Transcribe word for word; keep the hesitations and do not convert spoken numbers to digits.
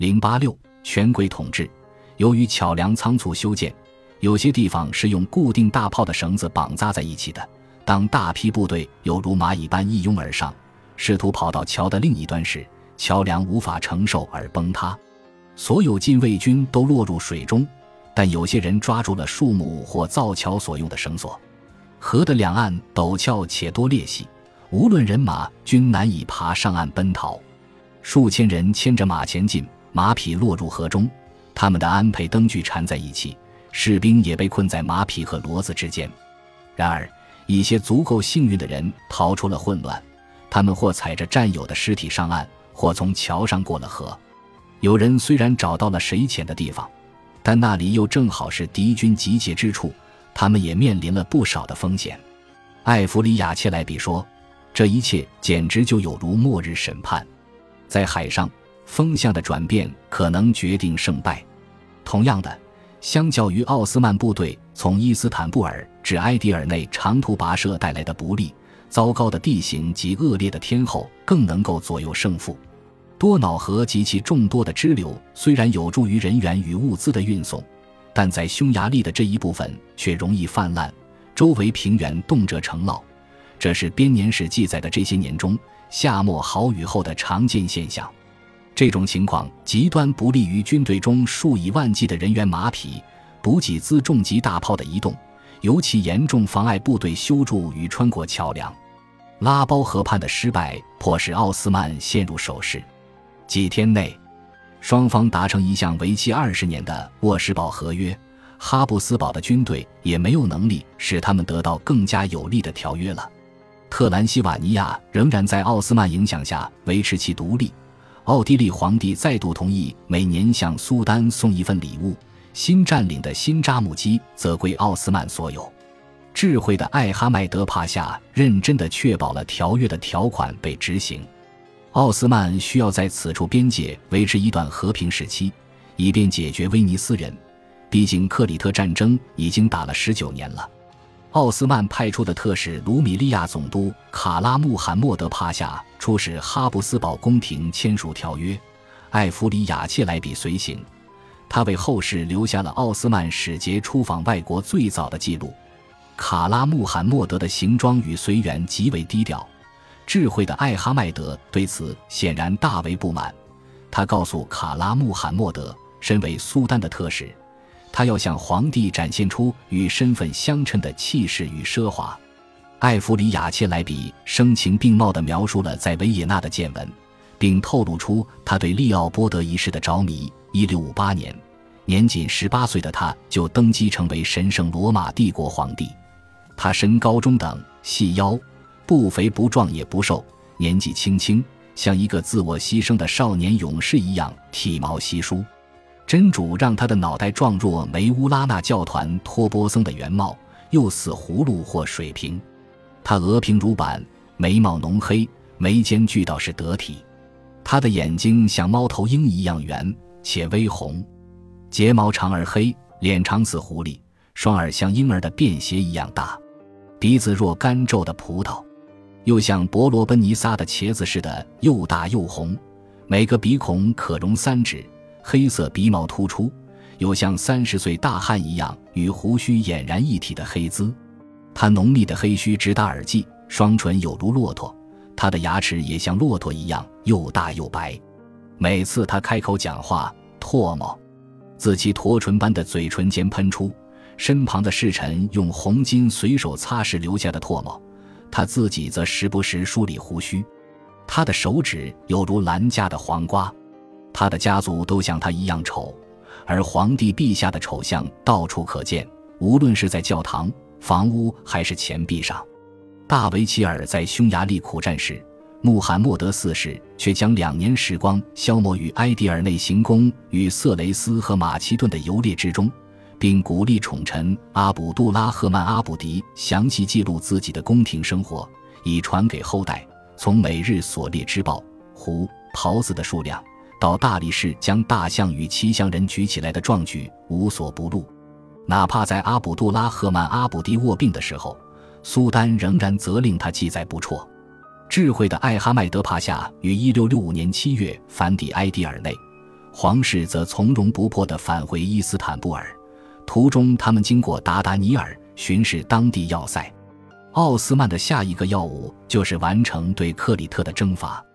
零八六权贵统治。由于桥梁仓促修建，有些地方是用固定大炮的绳子绑扎在一起的，当大批部队犹如蚂蚁般一拥而上，试图跑到桥的另一端时，桥梁无法承受而崩塌，所有禁卫军都落入水中，但有些人抓住了树木或造桥所用的绳索。河的两岸陡峭且多裂隙，无论人马均难以爬上岸奔逃。数千人牵着马前进，马匹落入河中，他们的鞍辔灯具缠在一起，士兵也被困在马匹和骡子之间。然而一些足够幸运的人逃出了混乱，他们或踩着战友的尸体上岸，或从桥上过了河。有人虽然找到了水浅的地方，但那里又正好是敌军集结之处，他们也面临了不少的风险。艾弗里亚切莱比说，这一切简直就有如末日审判。在海上，风向的转变可能决定胜败。同样的，相较于奥斯曼部队从伊斯坦布尔至埃迪尔内长途跋涉带来的不利，糟糕的地形及恶劣的天候更能够左右胜负。多瑙河及其众多的支流虽然有助于人员与物资的运送，但在匈牙利的这一部分却容易泛滥，周围平原动辄成涝，这是编年史记载的这些年中夏末豪雨后的常见现象。这种情况极端不利于军队中数以万计的人员马匹、补给辎重及大炮的移动，尤其严重妨碍部队修筑与穿过桥梁。拉包河畔的失败迫使奥斯曼陷入守势。几天内，双方达成一项为期二十年的沃什堡合约，哈布斯堡的军队也没有能力使他们得到更加有利的条约了。特兰西瓦尼亚仍然在奥斯曼影响下维持其独立。奥地利皇帝再度同意每年向苏丹送一份礼物，新占领的新扎姆基则归奥斯曼所有。智慧的艾哈迈德帕夏认真地确保了条约的条款被执行。奥斯曼需要在此处边界维持一段和平时期，以便解决威尼斯人，毕竟克里特战争已经打了十九年了。奥斯曼派出的特使卢米利亚总督卡拉穆罕默德帕夏出使哈布斯堡宫廷签署条约，艾弗里亚切莱比随行，他为后世留下了奥斯曼使节出访外国最早的记录。卡拉穆罕默德的行装与随员极为低调，智慧的艾哈迈德对此显然大为不满。他告诉卡拉穆罕默德，身为苏丹的特使，他要向皇帝展现出与身份相称的气势与奢华。艾弗里亚切莱比声情并茂地描述了在维也纳的见闻，并透露出他对利奥波德一世的着迷。一六五八年，年仅十八岁的他就登基成为神圣罗马帝国皇帝。他身高中等，细腰，不肥不壮也不瘦，年纪轻轻，像一个自我牺牲的少年勇士一样体毛稀疏。真主让他的脑袋状若梅乌拉纳教团托波僧的原貌，又似葫芦或水瓶。他额平如板，眉毛浓黑，眉间俱倒是得体。他的眼睛像猫头鹰一样圆且微红，睫毛长而黑，脸长似狐狸，双耳像婴儿的便鞋一样大，鼻子若干皱的葡萄，又像伯罗奔尼撒的茄子似的又大又红，每个鼻孔可容三指，黑色鼻毛突出，有像三十岁大汉一样与胡须俨然一体的黑姿。他浓密的黑须直达耳际，双唇有如骆驼，他的牙齿也像骆驼一样又大又白。每次他开口讲话，唾沫自其驼唇般的嘴唇间喷出，身旁的侍臣用红巾随手擦拭留下的唾沫，他自己则时不时梳理胡须。他的手指有如兰家的黄瓜。他的家族都像他一样丑，而皇帝陛下的丑相到处可见，无论是在教堂、房屋还是钱币上。大维齐尔在匈牙利苦战时，穆罕默德四世却将两年时光消磨于埃迪尔内行宫与色雷斯和马其顿的游猎之中，并鼓励宠臣阿卜杜拉赫曼阿卜迪详细记录自己的宫廷生活，以传给后代。从每日所猎之豹、狐、狍子的数量，到大力士将大象与骑象人举起来的壮举，无所不录。哪怕在阿卜杜拉赫曼阿卜迪卧病的时候，苏丹仍然责令他记载不辍。智慧的艾哈迈德帕夏于一六六五年七月反抵埃迪尔内， 皇室则从容不迫地返回伊斯坦布尔，途中他们经过达达尼尔，巡视当地要塞。奥斯曼的下一个要务就是完成对克里特的征伐。